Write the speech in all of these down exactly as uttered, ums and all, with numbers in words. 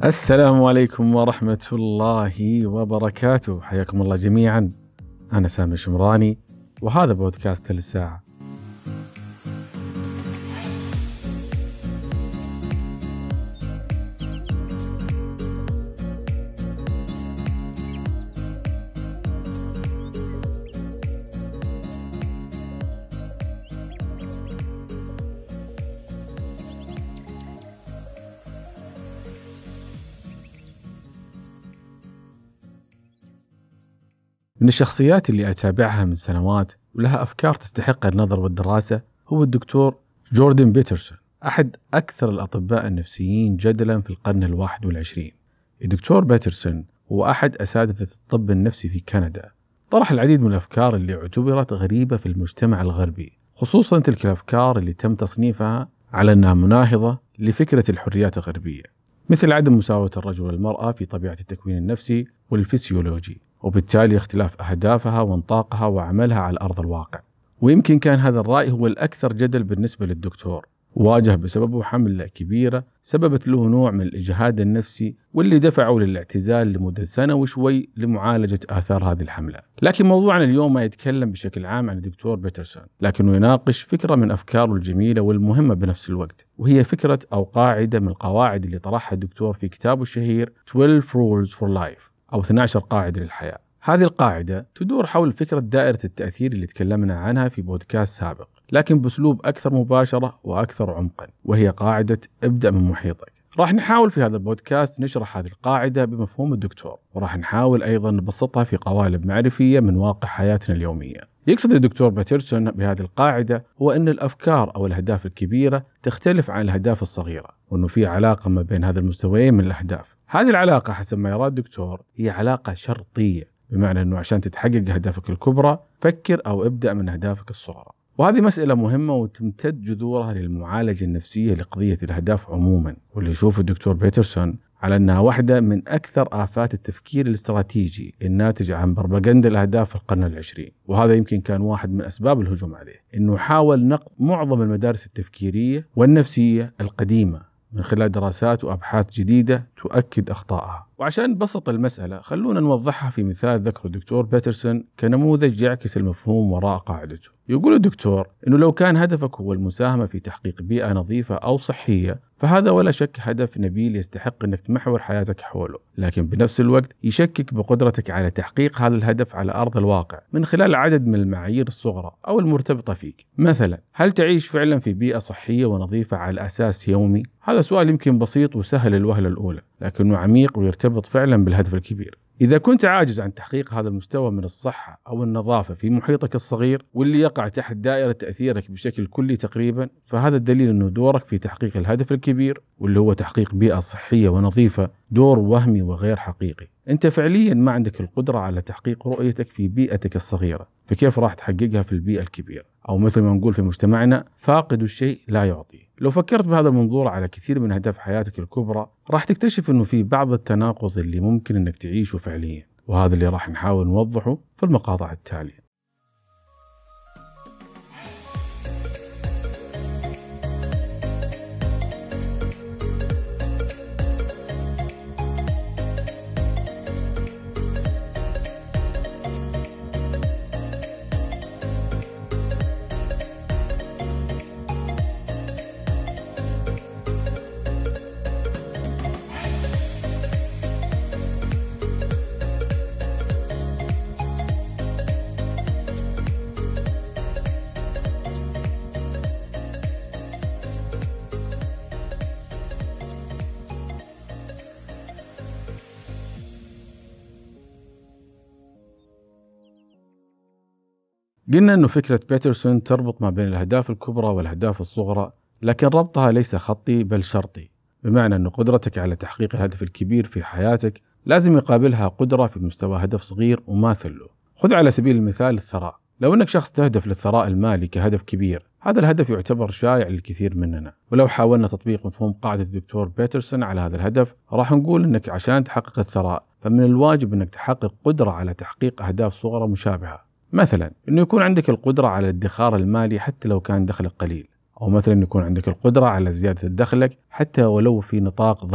السلام عليكم ورحمة الله وبركاته، حياكم الله جميعا. أنا سامي شمراني وهذا بودكاست ثلث ساعة. من الشخصيات اللي أتابعها من سنوات ولها أفكار تستحق النظر والدراسة هو الدكتور جوردن بيترسون، أحد أكثر الأطباء النفسيين جدلا في القرن الواحد والعشرين. الدكتور بيترسون هو أحد أساتذة الطب النفسي في كندا. طرح العديد من الأفكار اللي اعتبرت غريبة في المجتمع الغربي، خصوصا تلك الأفكار اللي تم تصنيفها على أنها مناهضة لفكرة الحريات الغربية، مثل عدم مساواة الرجل والمرأة في طبيعة التكوين النفسي والفسيولوجي، وبالتالي اختلاف أهدافها وانطاقها وعملها على أرض الواقع. ويمكن كان هذا الرأي هو الأكثر جدل بالنسبة للدكتور، واجه بسببه حملة كبيرة سببت له نوع من الإجهاد النفسي، واللي دفعه للاعتزال لمدة سنة وشوي لمعالجة آثار هذه الحملة. لكن موضوعنا اليوم ما يتكلم بشكل عام عن الدكتور بيترسون، لكنه يناقش فكرة من أفكاره الجميلة والمهمة بنفس الوقت، وهي فكرة أو قاعدة من القواعد اللي طرحها الدكتور في كتابه الشهير اثنا عشر rules for life أو اثنتي عشرة قاعدة للحياة. هذه القاعدة تدور حول فكرة دائرة التأثير اللي تكلمنا عنها في بودكاست سابق، لكن بأسلوب أكثر مباشرة وأكثر عمقا، وهي قاعدة ابدأ من محيطك. راح نحاول في هذا البودكاست نشرح هذه القاعدة بمفهوم الدكتور، وراح نحاول أيضا نبسطها في قوالب معرفية من واقع حياتنا اليومية. يقصد الدكتور بيترسون بهذه القاعدة هو أن الأفكار أو الأهداف الكبيرة تختلف عن الأهداف الصغيرة، وأنه في علاقة ما بين هذا المستويين من الأهداف. هذه العلاقة حسب ما يرى الدكتور هي علاقة شرطية، بمعنى أنه عشان تتحقق أهدافك الكبرى فكر أو ابدأ من أهدافك الصغرى. وهذه مسألة مهمة وتمتد جذورها للمعالجة النفسية لقضية الأهداف عموما، واللي يشوف الدكتور بيترسون على أنها واحدة من أكثر آفات التفكير الاستراتيجي الناتج عن بربغندا الأهداف في القرن العشرين. وهذا يمكن كان واحد من أسباب الهجوم عليه، أنه حاول نقد معظم المدارس التفكيرية والنفسية القديمة من خلال دراسات وأبحاث جديدة تؤكد أخطائها. وعشان نبسط المسألة خلونا نوضحها في مثال ذكره الدكتور بيترسون كنموذج يعكس المفهوم وراء قاعدته. يقول الدكتور إنه لو كان هدفك هو المساهمة في تحقيق بيئة نظيفة أو صحية، فهذا ولا شك هدف نبيل يستحق أنك تمحور حياتك حوله، لكن بنفس الوقت يشكك بقدرتك على تحقيق هذا الهدف على أرض الواقع من خلال عدد من المعايير الصغرى أو المرتبطة فيك. مثلا، هل تعيش فعلا في بيئة صحية ونظيفة على أساس يومي؟ هذا سؤال يمكن بسيط وسهل الوهلة الأولى، لكنه عميق ويرتبط فعلا بالهدف الكبير. إذا كنت عاجز عن تحقيق هذا المستوى من الصحة أو النظافة في محيطك الصغير واللي يقع تحت دائرة تأثيرك بشكل كلي تقريبا، فهذا الدليل أنه دورك في تحقيق الهدف الكبير واللي هو تحقيق بيئة صحية ونظيفة دور وهمي وغير حقيقي. أنت فعليا ما عندك القدرة على تحقيق رؤيتك في بيئتك الصغيرة، فكيف راح تحققها في البيئة الكبيرة؟ أو مثل ما نقول في مجتمعنا، فاقد الشيء لا يعطي. لو فكرت بهذا المنظور على كثير من أهداف حياتك الكبرى راح تكتشف أنه في بعض التناقض اللي ممكن أنك تعيشه فعليا، وهذا اللي راح نحاول نوضحه في المقاطع التالية. قلنا أنه فكرة بيترسون تربط ما بين الأهداف الكبرى والأهداف الصغرى، لكن ربطها ليس خطي بل شرطي، بمعنى أن قدرتك على تحقيق الهدف الكبير في حياتك لازم يقابلها قدرة في مستوى هدف صغير وماثل له. خذ على سبيل المثال الثراء. لو أنك شخص تهدف للثراء المالي كهدف كبير، هذا الهدف يعتبر شائع للكثير مننا، ولو حاولنا تطبيق مفهوم قاعدة الدكتور بيترسون على هذا الهدف راح نقول أنك عشان تحقق الثراء فمن الواجب أنك تحقق قدرة على تحقيق أهداف صغرى مشابهة. مثلا أنه يكون عندك القدرة على الادخار المالي حتى لو كان دخلك قليل، أو مثلا يكون عندك القدرة على زيادة دخلك حتى ولو في نطاق ضيق.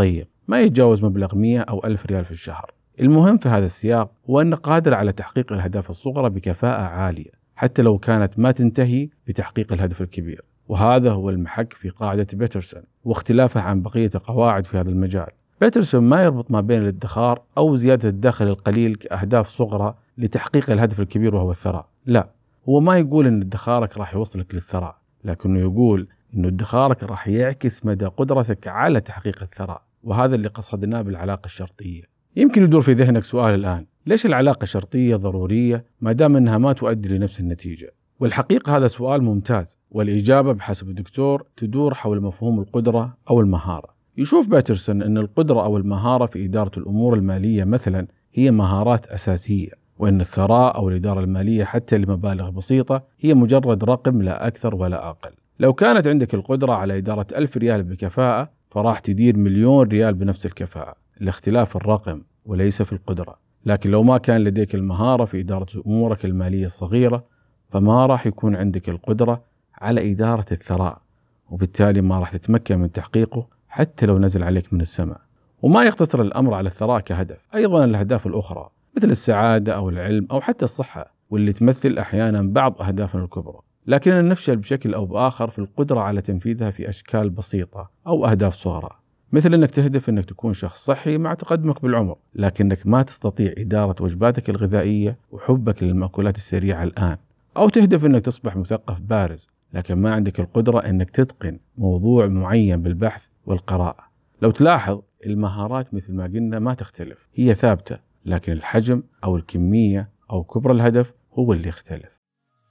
ما يتجاوز مبلغ مئة أو ألف ريال في الشهر. المهم في هذا السياق هو أنك قادر على تحقيق الأهداف الصغرى بكفاءة عالية حتى لو كانت ما تنتهي بتحقيق الهدف الكبير، وهذا هو المحك في قاعدة بيترسون واختلافه عن بقية القواعد في هذا المجال. بيترسون ما يربط ما بين الادخار أو زيادة الدخل القليل كأهداف صغرى لتحقيق الهدف الكبير وهو الثراء. لا، هو ما يقول أن ادخارك راح يوصلك للثراء، لكنه يقول أن ادخارك راح يعكس مدى قدرتك على تحقيق الثراء، وهذا اللي قصدناه بالعلاقة الشرطية. يمكن يدور في ذهنك سؤال الآن: ليش العلاقة الشرطية ضرورية ما دام أنها ما تؤدي لنفس النتيجة؟ والحقيقة هذا سؤال ممتاز، والإجابة بحسب الدكتور تدور حول مفهوم القدرة أو المهارة. يشوف بيترسون أن القدرة أو المهارة في إدارة الأمور المالية مثلا هي مهارات أساسية، وأن الثراء أو الإدارة المالية حتى لمبالغ بسيطة هي مجرد رقم لا أكثر ولا أقل. لو كانت عندك القدرة على إدارة ألف ريال بكفاءة فراح تدير مليون ريال بنفس الكفاءة، الاختلاف في الرقم وليس في القدرة. لكن لو ما كان لديك المهارة في إدارة أمورك المالية الصغيرة فما راح يكون عندك القدرة على إدارة الثراء، وبالتالي ما راح تتمكن من تحقيقه حتى لو نزل عليك من السماء. وما يقتصر الأمر على الثراء كهدف، أيضا الأهداف الأخرى مثل السعادة أو العلم أو حتى الصحة، واللي تمثل أحيانا بعض أهدافنا الكبرى، لكننا نفشل بشكل أو بآخر في القدرة على تنفيذها في أشكال بسيطة أو أهداف صغرى، مثل أنك تهدف أنك تكون شخص صحي مع تقدمك بالعمر، لكنك ما تستطيع إدارة وجباتك الغذائية وحبك للمأكولات السريعة الآن. أو تهدف أنك تصبح مثقف بارز لكن ما عندك القدرة أنك تتقن موضوع معين بالبحث والقراءة. لو تلاحظ المهارات مثل ما قلنا ما تختلف، هي ثابتة، لكن الحجم أو الكمية أو كبر الهدف هو اللي يختلف.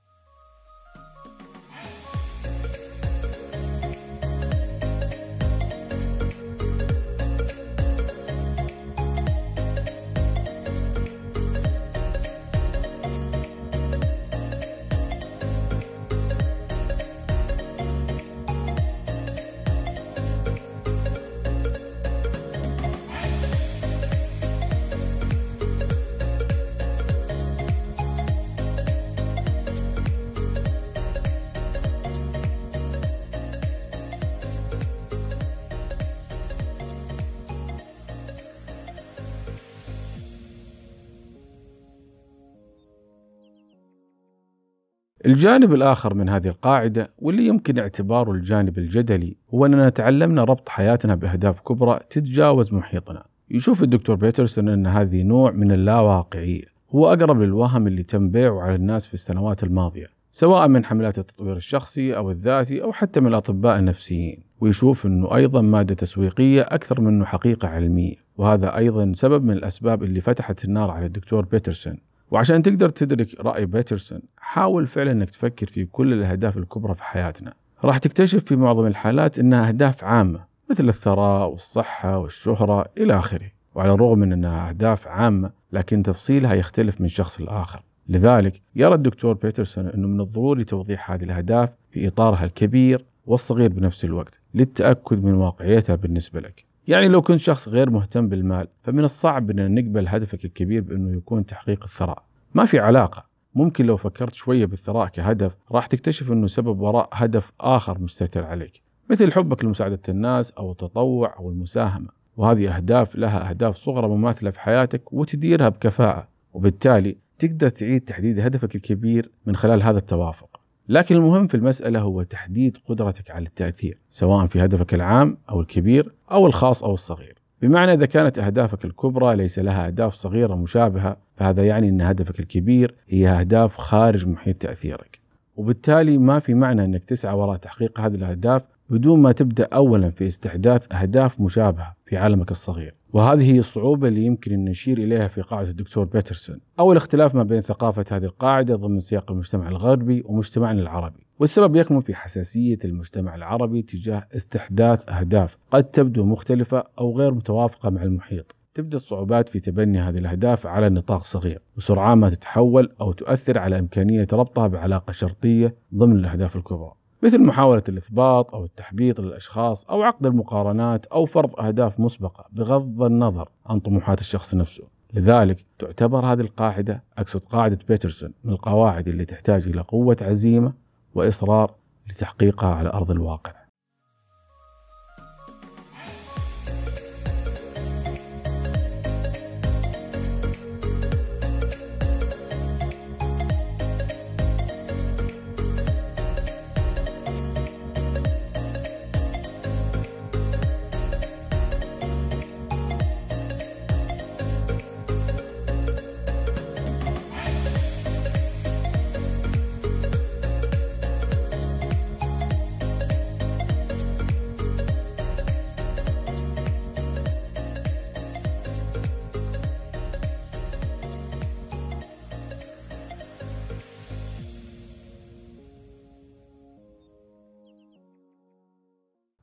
الجانب الآخر من هذه القاعدة واللي يمكن اعتباره الجانب الجدلي هو أننا تعلمنا ربط حياتنا بأهداف كبرى تتجاوز محيطنا. يشوف الدكتور بيترسون أن هذه نوع من اللاواقعية، هو أقرب للوهم اللي تم بيعه على الناس في السنوات الماضية، سواء من حملات التطوير الشخصي أو الذاتي أو حتى من الأطباء النفسيين. ويشوف أنه أيضا مادة تسويقية أكثر منه حقيقة علمية، وهذا أيضا سبب من الأسباب اللي فتحت النار على الدكتور بيترسون. وعشان تقدر تدرك رأي بيترسون حاول فعلا أنك تفكر في كل الأهداف الكبرى في حياتنا. راح تكتشف في معظم الحالات أنها أهداف عامة مثل الثراء والصحة والشهرة إلى آخره، وعلى الرغم من أنها أهداف عامة لكن تفصيلها يختلف من شخص لآخر. لذلك يرى الدكتور بيترسون أنه من الضروري توضيح هذه الأهداف في إطارها الكبير والصغير بنفس الوقت للتأكد من واقعيتها بالنسبة لك. يعني لو كنت شخص غير مهتم بالمال فمن الصعب أن نقبل هدفك الكبير بأنه يكون تحقيق الثراء، ما في علاقة. ممكن لو فكرت شوية بالثراء كهدف راح تكتشف أنه سبب وراء هدف آخر مستتر عليك، مثل حبك لمساعدة الناس أو التطوع أو المساهمة، وهذه أهداف لها أهداف صغرى مماثلة في حياتك وتديرها بكفاءة، وبالتالي تقدر تعيد تحديد هدفك الكبير من خلال هذا التوافق. لكن المهم في المسألة هو تحديد قدرتك على التأثير سواء في هدفك العام أو الكبير أو الخاص أو الصغير. بمعنى إذا كانت أهدافك الكبرى ليس لها أهداف صغيرة مشابهة فهذا يعني أن هدفك الكبير هي أهداف خارج محيط تأثيرك، وبالتالي ما في معنى أنك تسعى وراء تحقيق هذه الأهداف بدون ما تبدأ أولا في استحداث أهداف مشابهة في عالمك الصغير. وهذه هي الصعوبة اللي يمكن أن نشير إليها في قاعدة الدكتور بيترسون، أو الاختلاف ما بين ثقافة هذه القاعدة ضمن سياق المجتمع الغربي ومجتمعنا العربي. والسبب يكمن في حساسية المجتمع العربي تجاه استحداث أهداف قد تبدو مختلفة أو غير متوافقة مع المحيط. تبدأ الصعوبات في تبني هذه الأهداف على نطاق صغير، وسرعان ما تتحول أو تؤثر على إمكانية ربطها بعلاقة شرطية ضمن الأهداف الكبرى، مثل محاولة الإثباط أو التحبيط للأشخاص أو عقد المقارنات أو فرض أهداف مسبقة بغض النظر عن طموحات الشخص نفسه. لذلك تعتبر هذه القاعدة، أقصد قاعدة بيترسون، من القواعد اللي تحتاج إلى قوة عزيمة وإصرار لتحقيقها على أرض الواقع.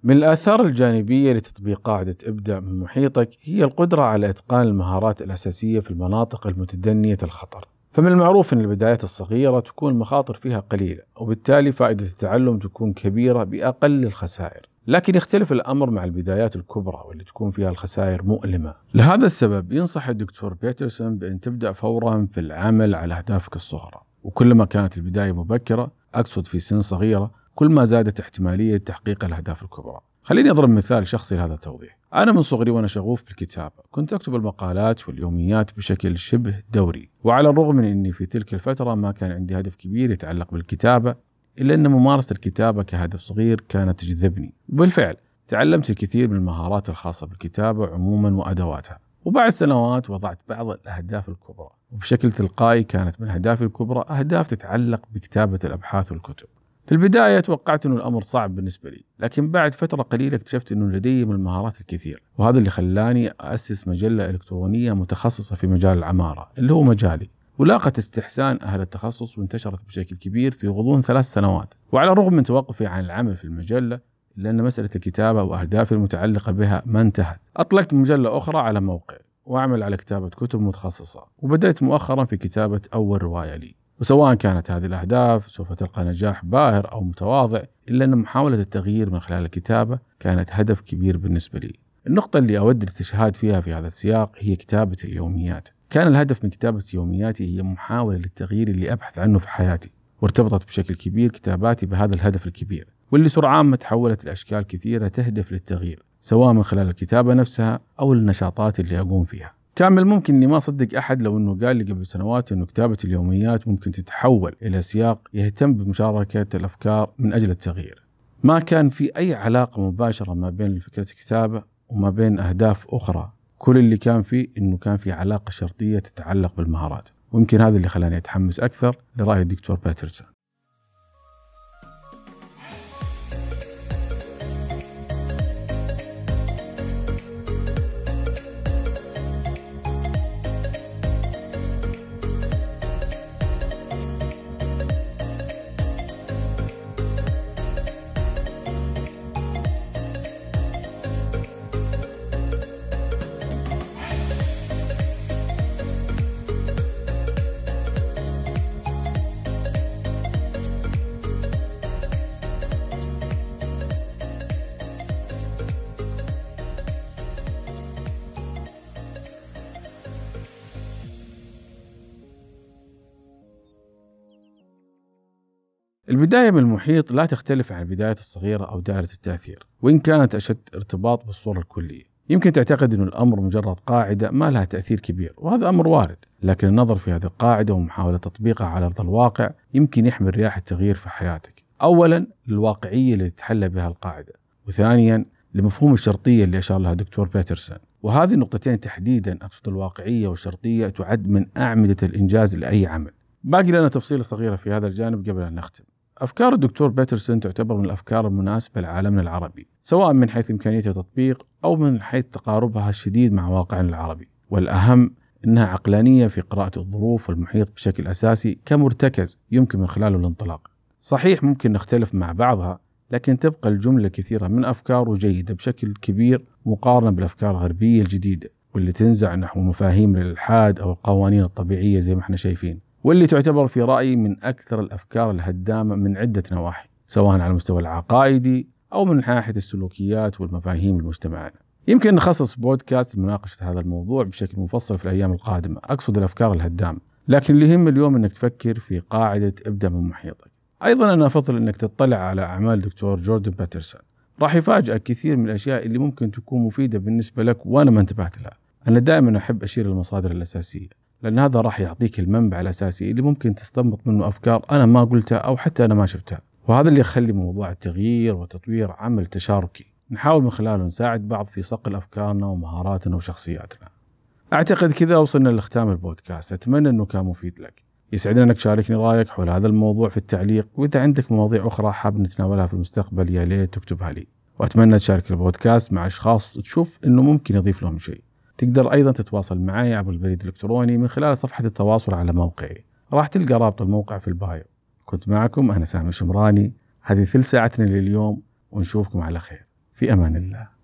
من الآثار الجانبية لتطبيق قاعدة ابدأ من محيطك هي القدرة على إتقان المهارات الأساسية في المناطق المتدنية الخطر. فمن المعروف أن البدايات الصغيرة تكون المخاطر فيها قليلة، وبالتالي فائدة التعلم تكون كبيرة بأقل الخسائر. لكن يختلف الأمر مع البدايات الكبرى واللي تكون فيها الخسائر مؤلمة. لهذا السبب ينصح الدكتور بيترسون بأن تبدأ فورا في العمل على أهدافك الصغرى، وكلما كانت البداية مبكرة، أقصد في سن صغيرة، كل ما زادت احتمالية تحقيق الأهداف الكبرى. خليني أضرب مثال شخصي لهذا التوضيح. أنا من صغري وأنا شغوف بالكتابة، كنت أكتب المقالات واليوميات بشكل شبه دوري، وعلى الرغم من أني في تلك الفترة ما كان عندي هدف كبير يتعلق بالكتابة، إلا أن ممارسة الكتابة كهدف صغير كانت تجذبني. وبالفعل تعلمت الكثير من المهارات الخاصة بالكتابة عموما وأدواتها. وبعد سنوات وضعت بعض الأهداف الكبرى، وبشكل تلقائي كانت من أهدافي الكبرى أهداف تتعلق بكتابة الأبحاث والكتب. في البداية توقعت أن الأمر صعب بالنسبة لي، لكن بعد فترة قليلة اكتشفت أنه لدي من المهارات الكثير، وهذا اللي خلاني أسس مجلة إلكترونية متخصصة في مجال العمارة اللي هو مجالي، ولاقت استحسان أهل التخصص وانتشرت بشكل كبير في غضون ثلاث سنوات. وعلى الرغم من توقفي عن العمل في المجلة، إلا أن مسألة الكتابة وأهدافي المتعلقة بها ما انتهت. أطلقت مجلة أخرى على موقع وأعمل على كتابة كتب متخصصة، وبدأت مؤخرا في كتابة أول رواية لي. وسواء كانت هذه الأهداف سوف تلقى نجاح باهر أو متواضع، إلا أن محاولة التغيير من خلال الكتابة كانت هدف كبير بالنسبة لي. النقطة اللي أود الاستشهاد فيها في هذا السياق هي كتابة اليوميات. كان الهدف من كتابة يومياتي هي محاولة للتغيير اللي أبحث عنه في حياتي، وارتبطت بشكل كبير كتاباتي بهذا الهدف الكبير، واللي سرعان ما تحولت لأشكال كثيرة تهدف للتغيير، سواء من خلال الكتابة نفسها أو النشاطات اللي أقوم فيها. كان من الممكن إني ما أصدق أحد لو إنه قال لي قبل سنوات إنه كتابة اليوميات ممكن تتحول إلى سياق يهتم بمشاركة الأفكار من أجل التغيير. ما كان في أي علاقة مباشرة ما بين فكرة الكتابة وما بين أهداف أخرى، كل اللي كان فيه إنه كان في علاقة شرطية تتعلق بالمهارات، ويمكن هذا اللي خلاني أتحمس أكثر لرأي الدكتور بيترسون. البداية من المحيط لا تختلف عن البدايات الصغيرة أو دائرة التأثير، وإن كانت أشد ارتباط بالصورة الكلية. يمكن تعتقد أن الأمر مجرد قاعدة ما لها تأثير كبير، وهذا أمر وارد، لكن النظر في هذه القاعدة ومحاولة تطبيقها على أرض الواقع يمكن يحمل رياح التغيير في حياتك. أولا للواقعية اللي تتحلى بها القاعدة، وثانيا لمفهوم الشرطية اللي أشار لها دكتور بيترسون. وهذه النقطتين تحديدا، أقصد الواقعية والشرطية، تعد من أعمدة الإنجاز لأي عمل. باقي لنا تفصيلة صغيرة في هذا الجانب قبل أن نختم. أفكار الدكتور بيترسون تعتبر من الأفكار المناسبة لعالمنا العربي، سواء من حيث إمكانية التطبيق أو من حيث تقاربها الشديد مع واقعنا العربي، والأهم أنها عقلانية في قراءة الظروف والمحيط بشكل أساسي كمرتكز يمكن من خلاله الانطلاق. صحيح ممكن نختلف مع بعضها، لكن تبقى الجملة كثيرة من أفكاره جيدة بشكل كبير مقارنة بالأفكار الغربية الجديدة، واللي تنزع نحو مفاهيم الإلحاد أو القوانين الطبيعية زي ما احنا شايفين، واللي تعتبر في رأيي من أكثر الأفكار الهدامة من عدة نواحي، سواء على المستوى العقائدي أو من ناحية السلوكيات والمفاهيم المجتمعنا. يمكن نخصص بودكاست لمناقشة هذا الموضوع بشكل مفصل في الأيام القادمة، أقصد الأفكار الهدامة، لكن اللي يهم اليوم أنك تفكر في قاعدة ابدأ من محيطك. أيضا أنا أفضل أنك تطلع على أعمال دكتور جوردن بيترسون، راح يفاجئك كثير من الأشياء اللي ممكن تكون مفيدة بالنسبة لك وأنا ما انتبهت لها. أنا دائما أحب أشير للمصادر الأساسية، لأن هذا راح يعطيك المنبع الأساسي اللي ممكن تستنبط منه أفكار أنا ما قلتها أو حتى أنا ما شفتها. وهذا اللي يخلي موضوع التغيير والتطوير عمل تشاركي، نحاول من خلاله نساعد بعض في صقل أفكارنا ومهاراتنا وشخصياتنا. أعتقد كذا وصلنا لختام البودكاست، أتمنى أنه كان مفيد لك. يسعدنا أنك تشاركني رأيك حول هذا الموضوع في التعليق، وإذا عندك مواضيع أخرى حاب نتناولها في المستقبل يا ليت تكتبها لي. وأتمنى تشارك البودكاست مع أشخاص تشوف أنه ممكن يضيف لهم شيء. تقدر أيضا تتواصل معي عبر البريد الإلكتروني من خلال صفحة التواصل على موقعي، راح تلقى رابط الموقع في البايو. كنت معكم أنا سامي شمراني، هذه ثلث ساعتنا لليوم، ونشوفكم على خير. في أمان الله.